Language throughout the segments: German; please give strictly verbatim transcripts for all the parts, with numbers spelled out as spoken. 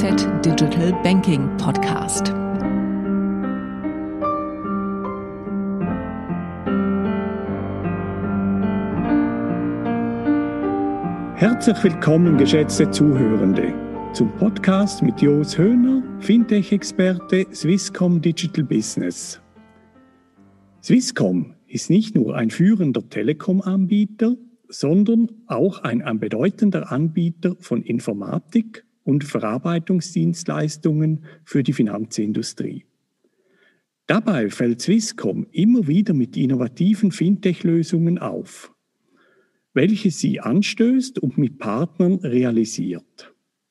Z Digital Banking Podcast. Herzlich willkommen, geschätzte Zuhörende, zum Podcast mit Jos Höhner, Fintech-Experte Swisscom Digital Business. Swisscom ist nicht nur ein führender Telekom-Anbieter, sondern auch ein, ein bedeutender Anbieter von Informatik und Verarbeitungsdienstleistungen für die Finanzindustrie. Dabei fällt Swisscom immer wieder mit innovativen Fintech-Lösungen auf, welche sie anstößt und mit Partnern realisiert.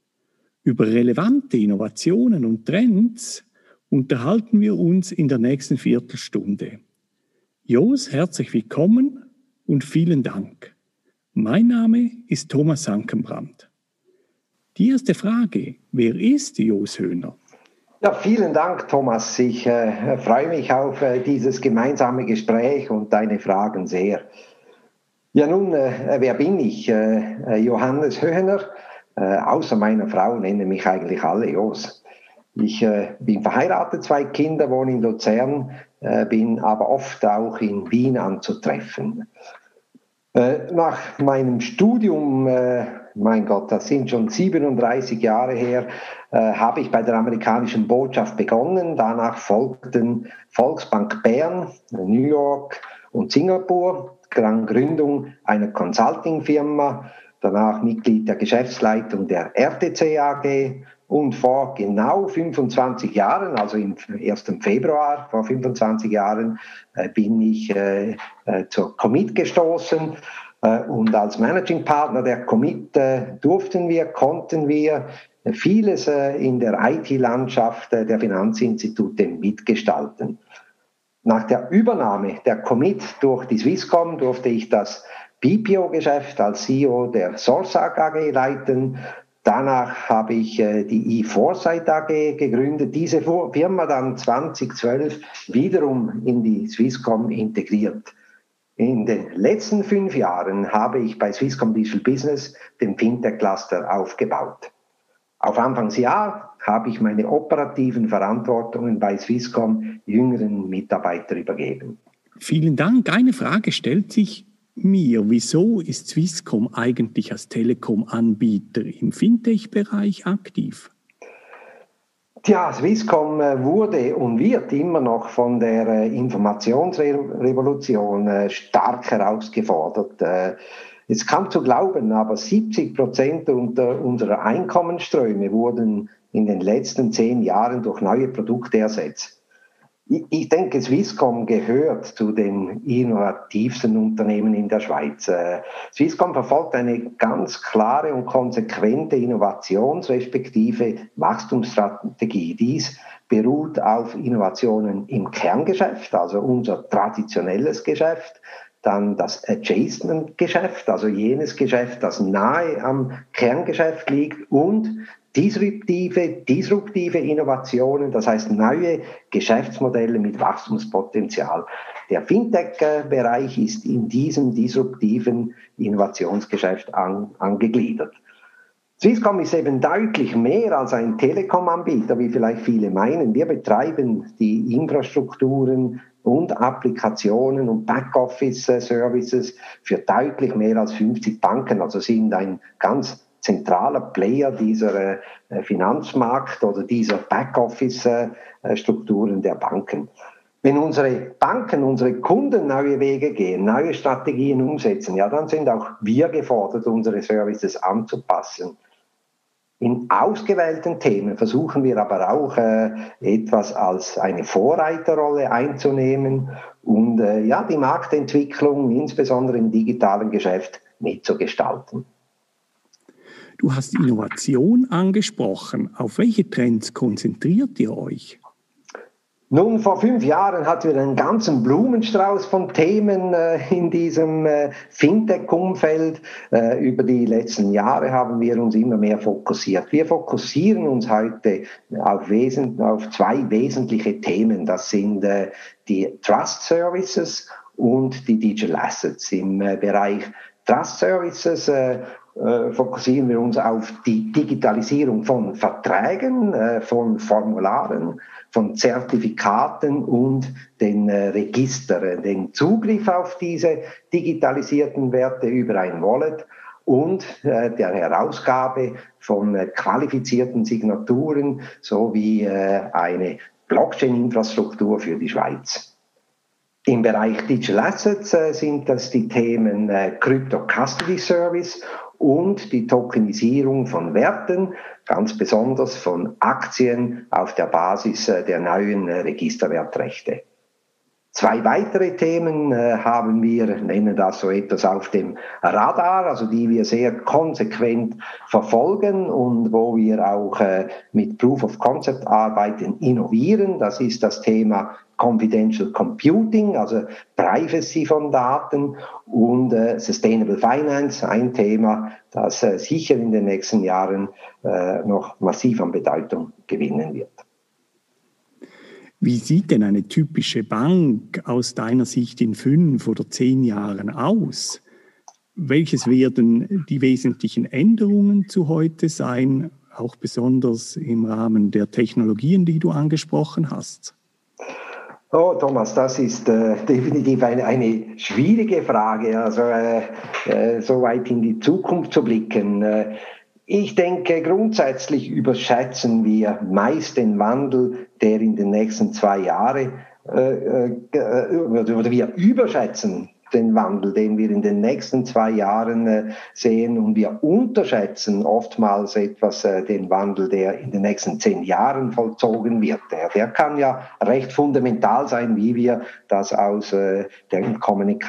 Über relevante Innovationen und Trends unterhalten wir uns in der nächsten Viertelstunde. Jos, herzlich willkommen und vielen Dank. Mein Name ist Thomas Sankenbrand. Die erste Frage: Wer ist Jos Höhner? Ja, vielen Dank, Thomas. Ich äh, freue mich auf äh, dieses gemeinsame Gespräch und deine Fragen sehr. Ja, nun, äh, wer bin ich? Äh, Johannes Höhner. Äh, außer meiner Frau nennen mich eigentlich alle Jos. Ich äh, bin verheiratet, zwei Kinder, wohne in Luzern, äh, bin aber oft auch in Wien anzutreffen. Äh, nach meinem Studium, äh, mein Gott, das sind schon siebenunddreißig Jahre her, äh, habe ich bei der amerikanischen Botschaft begonnen. Danach folgten Volksbank Bern, New York und Singapur, dann Gründung einer Consulting-Firma, danach Mitglied der Geschäftsleitung der R T C A G und vor genau fünfundzwanzig Jahren, also im ersten Februar vor fünfundzwanzig Jahren, äh, bin ich äh, äh, zur Commit gestoßen äh, und als Managing Partner der Commit äh, durften wir, konnten wir vieles äh, in der I T-Landschaft äh, der Finanzinstitute mitgestalten. Nach der Übernahme der Commit durch die Swisscom durfte ich das B P O-Geschäft als C E O der Sourceright A G leiten. Danach habe ich äh, die eForesight A G gegründet, diese Firma dann zweitausendzwölf wiederum in die Swisscom integriert. In den letzten fünf Jahren habe ich bei Swisscom Digital Business den Fintech-Cluster aufgebaut. Auf Anfangsjahr habe ich meine operativen Verantwortungen bei Swisscom jüngeren Mitarbeitern übergeben. Vielen Dank. Eine Frage stellt sich mir: Wieso ist Swisscom eigentlich als Telekom-Anbieter im Fintech-Bereich aktiv? Tja, Swisscom wurde und wird immer noch von der Informationsrevolution stark herausgefordert. Es ist kaum zu glauben, aber siebzig Prozent unserer Einkommensströme wurden in den letzten zehn Jahren durch neue Produkte ersetzt. Ich denke, Swisscom gehört zu den innovativsten Unternehmen in der Schweiz. Swisscom verfolgt eine ganz klare und konsequente Innovations- respektive Wachstumsstrategie. Dies beruht auf Innovationen im Kerngeschäft, also unser traditionelles Geschäft, dann das Adjacent-Geschäft, also jenes Geschäft, das nahe am Kerngeschäft liegt, und disruptive, disruptive Innovationen, das heißt neue Geschäftsmodelle mit Wachstumspotenzial. Der Fintech-Bereich ist in diesem disruptiven Innovationsgeschäft an, angegliedert. Swisscom ist eben deutlich mehr als ein Telekom-Anbieter, wie vielleicht viele meinen. Wir betreiben die Infrastrukturen und Applikationen und Backoffice-Services für deutlich mehr als fünfzig Banken, also sind ein ganz zentraler Player dieser äh, Finanzmarkt oder dieser Backoffice-Strukturen der Banken. Wenn unsere Banken, unsere Kunden neue Wege gehen, neue Strategien umsetzen, ja, dann sind auch wir gefordert, unsere Services anzupassen. In ausgewählten Themen versuchen wir aber auch äh, etwas als eine Vorreiterrolle einzunehmen und äh, ja, die Marktentwicklung, insbesondere im digitalen Geschäft, mitzugestalten. Du hast Innovation angesprochen. Auf welche Trends konzentriert ihr euch? Nun, vor fünf Jahren hatten wir einen ganzen Blumenstrauß von Themen äh, in diesem äh, Fintech-Umfeld. Äh, über die letzten Jahre haben wir uns immer mehr fokussiert. Wir fokussieren uns heute auf, wesen- auf zwei wesentliche Themen. Das sind äh, die Trust Services und die Digital Assets. Im äh, Bereich Trust Services äh, äh, fokussieren wir uns auf die Digitalisierung von Verträgen, äh, von Formularen, von Zertifikaten und den äh, Registern, den Zugriff auf diese digitalisierten Werte über ein Wallet und äh, der Herausgabe von äh, qualifizierten Signaturen sowie äh, eine Blockchain-Infrastruktur für die Schweiz. Im Bereich Digital Assets äh, sind das die Themen äh, Crypto Custody Service und die Tokenisierung von Werten, ganz besonders von Aktien auf der Basis äh, der neuen äh, Registerwertrechte. Zwei weitere Themen äh, haben wir, nennen das so etwas auf dem Radar, also die wir sehr konsequent verfolgen und wo wir auch äh, mit Proof of Concept arbeiten, innovieren. Das ist das Thema Confidential Computing, also Privacy von Daten und äh, Sustainable Finance, ein Thema, das äh, sicher in den nächsten Jahren äh, noch massiv an Bedeutung gewinnen wird. Wie sieht denn eine typische Bank aus deiner Sicht in fünf oder zehn Jahren aus? Welches werden die wesentlichen Änderungen zu heute sein, auch besonders im Rahmen der Technologien, die du angesprochen hast? Oh, Thomas, das ist äh, definitiv eine, eine schwierige Frage, also äh, äh, so weit in die Zukunft zu blicken. Äh, Ich denke, grundsätzlich überschätzen wir meist den Wandel, der in den nächsten zwei Jahren, äh, äh, oder wir überschätzen den Wandel, den wir in den nächsten zwei Jahren äh, sehen, und wir unterschätzen oftmals etwas äh, den Wandel, der in den nächsten zehn Jahren vollzogen wird. Der, der kann ja recht fundamental sein, wie wir das aus äh, den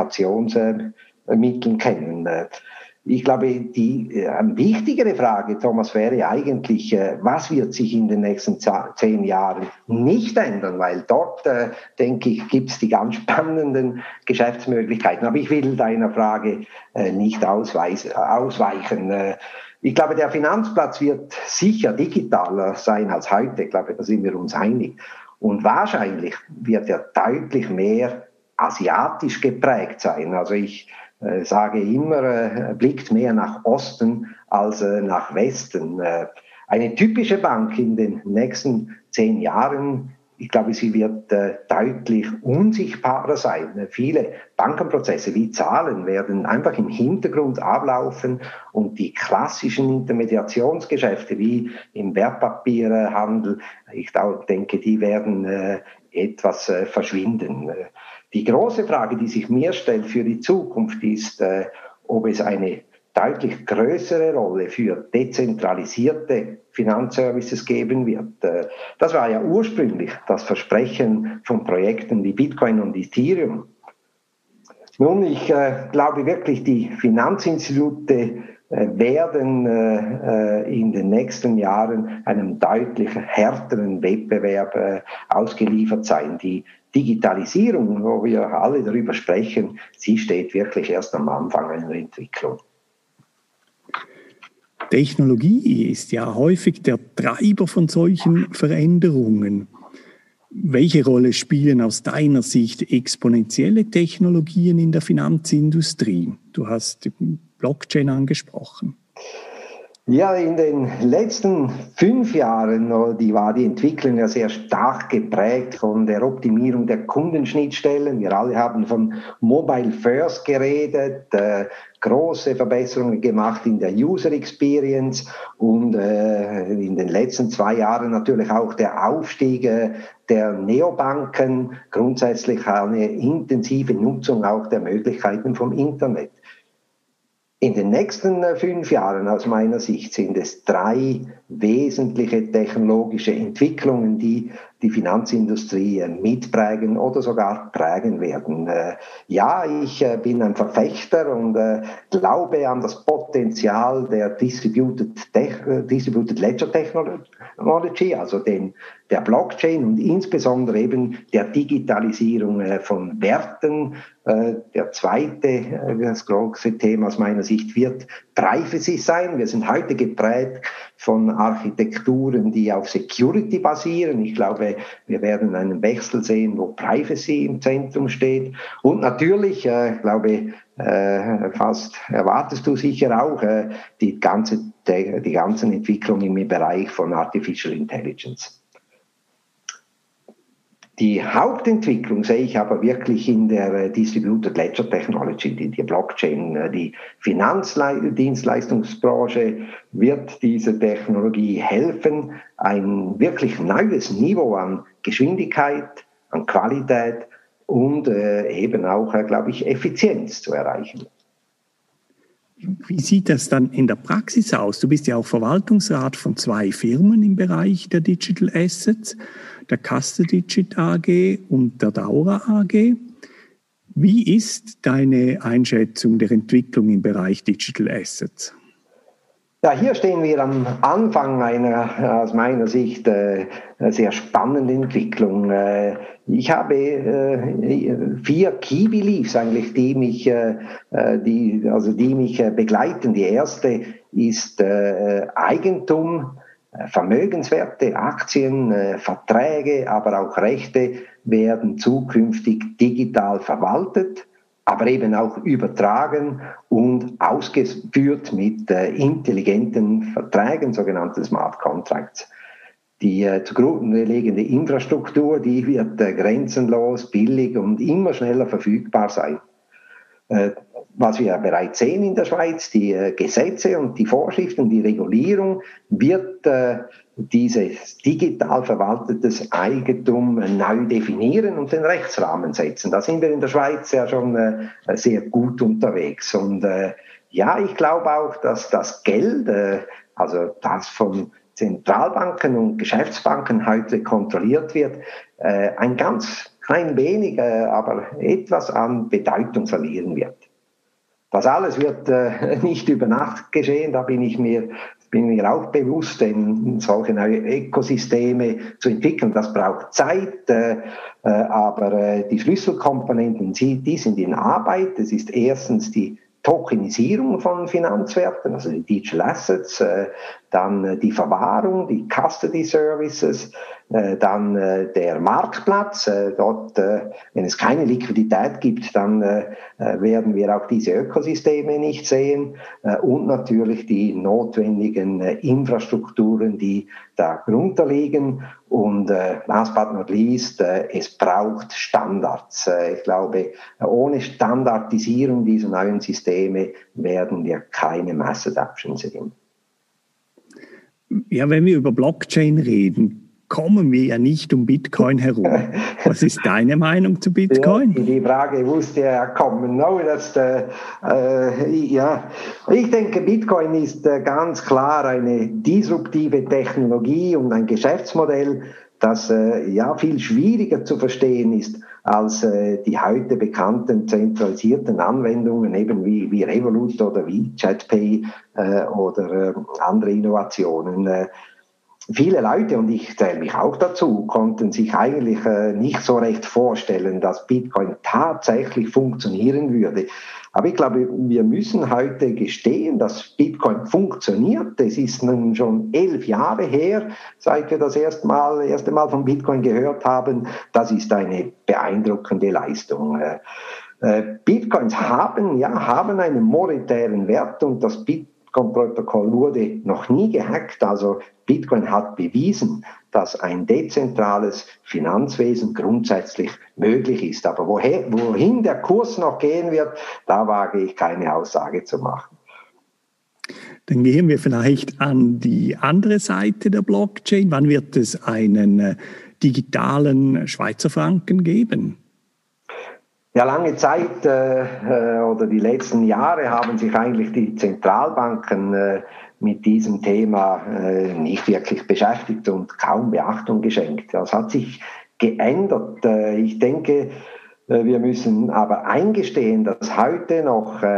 Kommunikationsmitteln kennen. Äh, Ich glaube, die äh, wichtigere Frage, Thomas, wäre eigentlich, äh, was wird sich in den nächsten zehn Jahren nicht ändern? Weil dort, äh, denke ich, gibt es die ganz spannenden Geschäftsmöglichkeiten. Aber ich will deiner Frage äh, nicht ausweis- ausweichen. Äh, ich glaube, der Finanzplatz wird sicher digitaler sein als heute. Ich glaube, da sind wir uns einig. Und wahrscheinlich wird er deutlich mehr asiatisch geprägt sein. Also ich äh, sage immer, äh, blickt mehr nach Osten als äh, nach Westen. Äh, eine typische Bank in den nächsten zehn Jahren, ich glaube, sie wird äh, deutlich unsichtbarer sein. Viele Bankenprozesse wie Zahlen werden einfach im Hintergrund ablaufen und die klassischen Intermediationsgeschäfte wie im Wertpapierhandel, ich denke, die werden äh, etwas äh, verschwinden. Die große Frage, die sich mir stellt für die Zukunft, ist, äh, ob es eine deutlich größere Rolle für dezentralisierte Finanzservices geben wird. Äh, das war ja ursprünglich das Versprechen von Projekten wie Bitcoin und Ethereum. Nun, ich äh, glaube wirklich, die Finanzinstitute äh, werden äh, in den nächsten Jahren einem deutlich härteren Wettbewerb äh, ausgeliefert sein. Die Digitalisierung, wo wir alle darüber sprechen, sie steht wirklich erst am Anfang einer Entwicklung. Technologie ist ja häufig der Treiber von solchen Veränderungen. Welche Rolle spielen aus deiner Sicht exponentielle Technologien in der Finanzindustrie? Du hast die Blockchain angesprochen. Ja, in den letzten fünf Jahren, die war die Entwicklung ja sehr stark geprägt von der Optimierung der Kundenschnittstellen. Wir alle haben von Mobile First geredet, äh, große Verbesserungen gemacht in der User Experience und äh, in den letzten zwei Jahren natürlich auch der Aufstieg äh, der Neobanken, grundsätzlich eine intensive Nutzung auch der Möglichkeiten vom Internet. In den nächsten fünf Jahren aus meiner Sicht sind es drei wesentliche technologische Entwicklungen, die die Finanzindustrie mitprägen oder sogar prägen werden. Ja, ich bin ein Verfechter und glaube an das Potenzial der Distributed, Distributed Ledger Technology, also den, der Blockchain und insbesondere eben der Digitalisierung von Werten, Der zweite, das große Thema aus meiner Sicht wird Privacy sein. Wir sind heute geprägt von Architekturen, die auf Security basieren. Ich glaube, wir werden einen Wechsel sehen, wo Privacy im Zentrum steht. Und natürlich, ich glaube, fast erwartest du sicher auch, die ganze, die ganzen Entwicklungen im Bereich von Artificial Intelligence. Die Hauptentwicklung sehe ich aber wirklich in der Distributed Ledger Technology, die, die Blockchain. Die Finanzdienstleistungsbranche wird diese Technologie helfen, ein wirklich neues Niveau an Geschwindigkeit, an Qualität und äh, eben auch, äh, glaube ich, Effizienz zu erreichen. Wie sieht das dann in der Praxis aus? Du bist ja auch Verwaltungsrat von zwei Firmen im Bereich der Digital Assets, der Castadigit A G und der Daura A G. Wie ist deine Einschätzung der Entwicklung im Bereich Digital Assets? Ja, hier stehen wir am Anfang einer, aus meiner Sicht, äh, sehr spannenden Entwicklung. Äh, ich habe äh, vier Key Beliefs eigentlich, die mich, äh, die, also die mich äh, begleiten. Die erste ist äh, Eigentum, Vermögenswerte, Aktien, äh, Verträge, aber auch Rechte werden zukünftig digital verwaltet, aber eben auch übertragen und ausgeführt mit äh, intelligenten Verträgen, sogenannten Smart Contracts. Die äh, zugrunde liegende Infrastruktur, die wird äh, grenzenlos, billig und immer schneller verfügbar sein. Äh, was wir bereits sehen in der Schweiz, die äh, Gesetze und die Vorschriften, die Regulierung wird äh, dieses digital verwaltetes Eigentum äh, neu definieren und den Rechtsrahmen setzen. Da sind wir in der Schweiz ja schon äh, sehr gut unterwegs. Und äh, ja, ich glaube auch, dass das Geld, äh, also das von Zentralbanken und Geschäftsbanken heute kontrolliert wird, äh, ein ganz klein wenig, äh, aber etwas an Bedeutung verlieren wird. Das alles wird äh, nicht über Nacht geschehen, da bin ich mir, bin mir auch bewusst, denn solche neue Ökosysteme zu entwickeln, das braucht Zeit, äh, äh, aber äh, die Schlüsselkomponenten, die, die sind in Arbeit. Es ist erstens die Tokenisierung von Finanzwerten, also die Digital Assets, äh, dann äh, die Verwahrung, die Custody Services, äh, dann äh, der Marktplatz. Äh, dort, äh, wenn es keine Liquidität gibt, dann äh, werden wir auch diese Ökosysteme nicht sehen. Äh, und natürlich die notwendigen äh, Infrastrukturen, die darunter liegen. Und äh, last but not least, äh, es braucht Standards. Äh, ich glaube, ohne Standardisierung dieser neuen Systeme werden wir keine Mass Adoption sehen. Ja, wenn wir über Blockchain reden, kommen wir ja nicht um Bitcoin herum. Was ist deine Meinung zu Bitcoin? Ja, die Frage wusste ja kommen. No, das, äh, äh, ja. Ich denke, Bitcoin ist äh, ganz klar eine disruptive Technologie und ein Geschäftsmodell, das äh, ja viel schwieriger zu verstehen ist als äh, die heute bekannten zentralisierten Anwendungen, eben wie, wie Revolut oder wie ChatPay äh, oder äh, andere Innovationen. Äh, Viele Leute, und ich zähle mich auch dazu, konnten sich eigentlich äh, nicht so recht vorstellen, dass Bitcoin tatsächlich funktionieren würde. Aber ich glaube, wir müssen heute gestehen, dass Bitcoin funktioniert. Es ist nun schon elf Jahre her, seit wir das erste Mal, erste Mal von Bitcoin gehört haben. Das ist eine beeindruckende Leistung. Äh, Bitcoins haben, ja, haben einen monetären Wert und das Bitcoin Protokoll wurde noch nie gehackt, also Bitcoin hat bewiesen, dass ein dezentrales Finanzwesen grundsätzlich möglich ist. Aber woher, wohin der Kurs noch gehen wird, da wage ich keine Aussage zu machen. Dann gehen wir vielleicht an die andere Seite der Blockchain. Wann wird es einen äh, digitalen Schweizer Franken geben? Ja, lange Zeit äh, oder die letzten Jahre haben sich eigentlich die Zentralbanken äh, mit diesem Thema äh, nicht wirklich beschäftigt und kaum Beachtung geschenkt. Das hat sich geändert. Äh, ich denke, äh, wir müssen aber eingestehen, dass heute noch äh,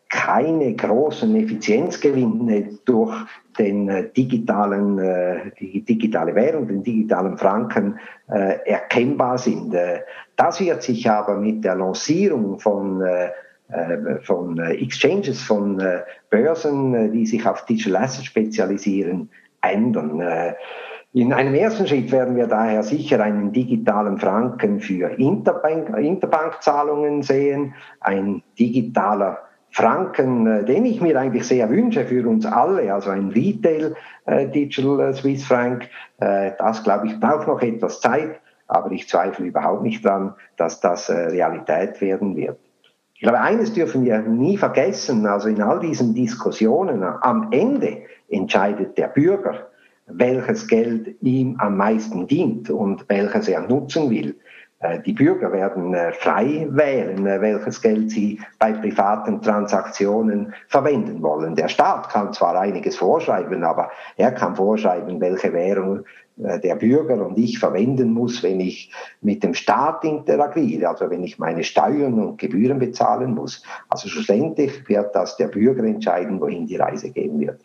keine großen Effizienzgewinne durch den äh, digitalen, äh, die digitale Währung, den digitalen Franken äh, erkennbar sind. Äh, das wird sich aber mit der Lancierung von, äh, von äh, Exchanges, von äh, Börsen, äh, die sich auf Digital Assets spezialisieren, ändern. Äh, In einem ersten Schritt werden wir daher sicher einen digitalen Franken für Interbank, Interbankzahlungen sehen, ein digitaler Franken, den ich mir eigentlich sehr wünsche für uns alle, also ein Retail äh, Digital Swiss Franc. Äh, das, glaube ich, braucht noch etwas Zeit, aber ich zweifle überhaupt nicht daran, dass das äh, Realität werden wird. Ich glaube, eines dürfen wir nie vergessen, also in all diesen Diskussionen, am Ende entscheidet der Bürger, welches Geld ihm am meisten dient und welches er nutzen will. Die Bürger werden frei wählen, welches Geld sie bei privaten Transaktionen verwenden wollen. Der Staat kann zwar einiges vorschreiben, aber er kann vorschreiben, welche Währung der Bürger und ich verwenden muss, wenn ich mit dem Staat interagiere, also wenn ich meine Steuern und Gebühren bezahlen muss. Also schlussendlich wird das der Bürger entscheiden, wohin die Reise gehen wird.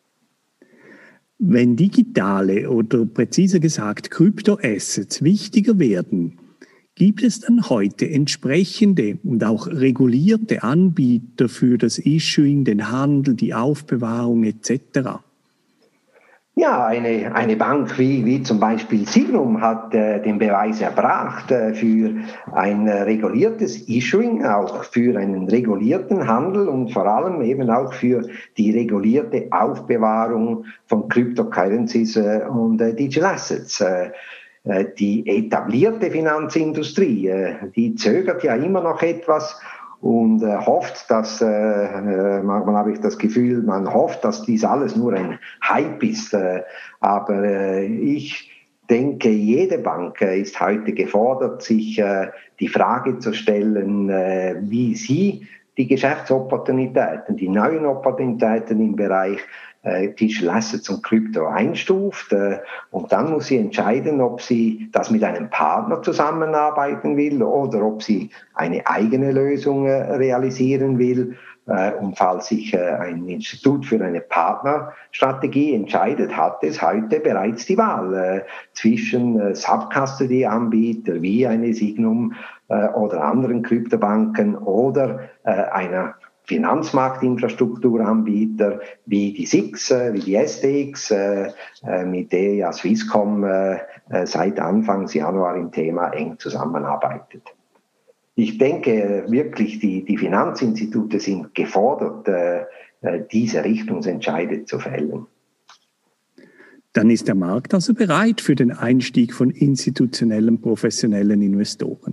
Wenn digitale oder präziser gesagt Kryptoassets wichtiger werden, gibt es dann heute entsprechende und auch regulierte Anbieter für das Issuing, den Handel, die Aufbewahrung et cetera? Ja, eine, eine Bank wie, wie zum Beispiel Signum hat äh, den Beweis erbracht äh, für ein äh, reguliertes Issuing, auch für einen regulierten Handel und vor allem eben auch für die regulierte Aufbewahrung von Cryptocurrencies äh, und äh, Digital Assets. Äh, die etablierte Finanzindustrie, äh, die zögert ja immer noch etwas und äh, hofft, dass, äh, manchmal habe ich das Gefühl, man hofft, dass dies alles nur ein Hype ist. Äh, aber äh, ich denke, jede Bank äh, ist heute gefordert, sich äh, die Frage zu stellen, äh, wie sie die Geschäftsopportunitäten, die neuen Opportunitäten im Bereich äh, Digital Assets und Krypto einstuft. Äh, und dann muss sie entscheiden, ob sie das mit einem Partner zusammenarbeiten will oder ob sie eine eigene Lösung äh, realisieren will. Äh, und falls sich äh, ein Institut für eine Partnerstrategie entscheidet, hat es heute bereits die Wahl äh, zwischen äh, Sub-Custody-Anbieter wie eine Signum äh, oder anderen Kryptobanken oder äh, einer Finanzmarktinfrastrukturanbieter wie die S I X, äh, wie die S D X, äh, äh, mit der ja Swisscom äh, äh, seit Anfangs Januar im Thema eng zusammenarbeitet. Ich denke wirklich, die, die Finanzinstitute sind gefordert, äh, diese Richtungsentscheide zu fällen. Dann ist der Markt also bereit für den Einstieg von institutionellen, professionellen Investoren.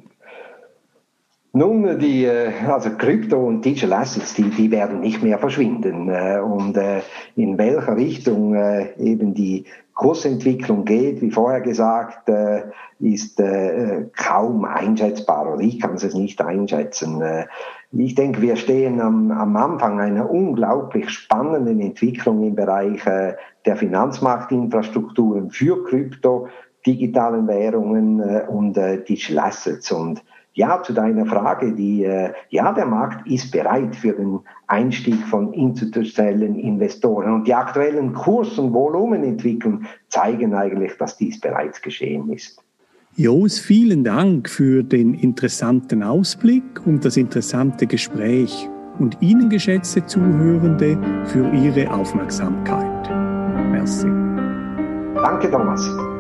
Nun, die, also Krypto und Digital Assets, die, die werden nicht mehr verschwinden. Und in welcher Richtung eben die Kursentwicklung geht, wie vorher gesagt, ist kaum einschätzbar oder ich kann es nicht einschätzen. Ich denke, wir stehen am, am Anfang einer unglaublich spannenden Entwicklung im Bereich der Finanzmarktinfrastrukturen für Krypto, digitalen Währungen und Digital Assets. Und ja, zu deiner Frage, die, äh, ja, der Markt ist bereit für den Einstieg von institutionellen Investoren und die aktuellen Kurs- und Volumenentwicklungen zeigen eigentlich, dass dies bereits geschehen ist. Jos, vielen Dank für den interessanten Ausblick und das interessante Gespräch und Ihnen, geschätzte Zuhörende, für Ihre Aufmerksamkeit. Merci. Danke, Thomas.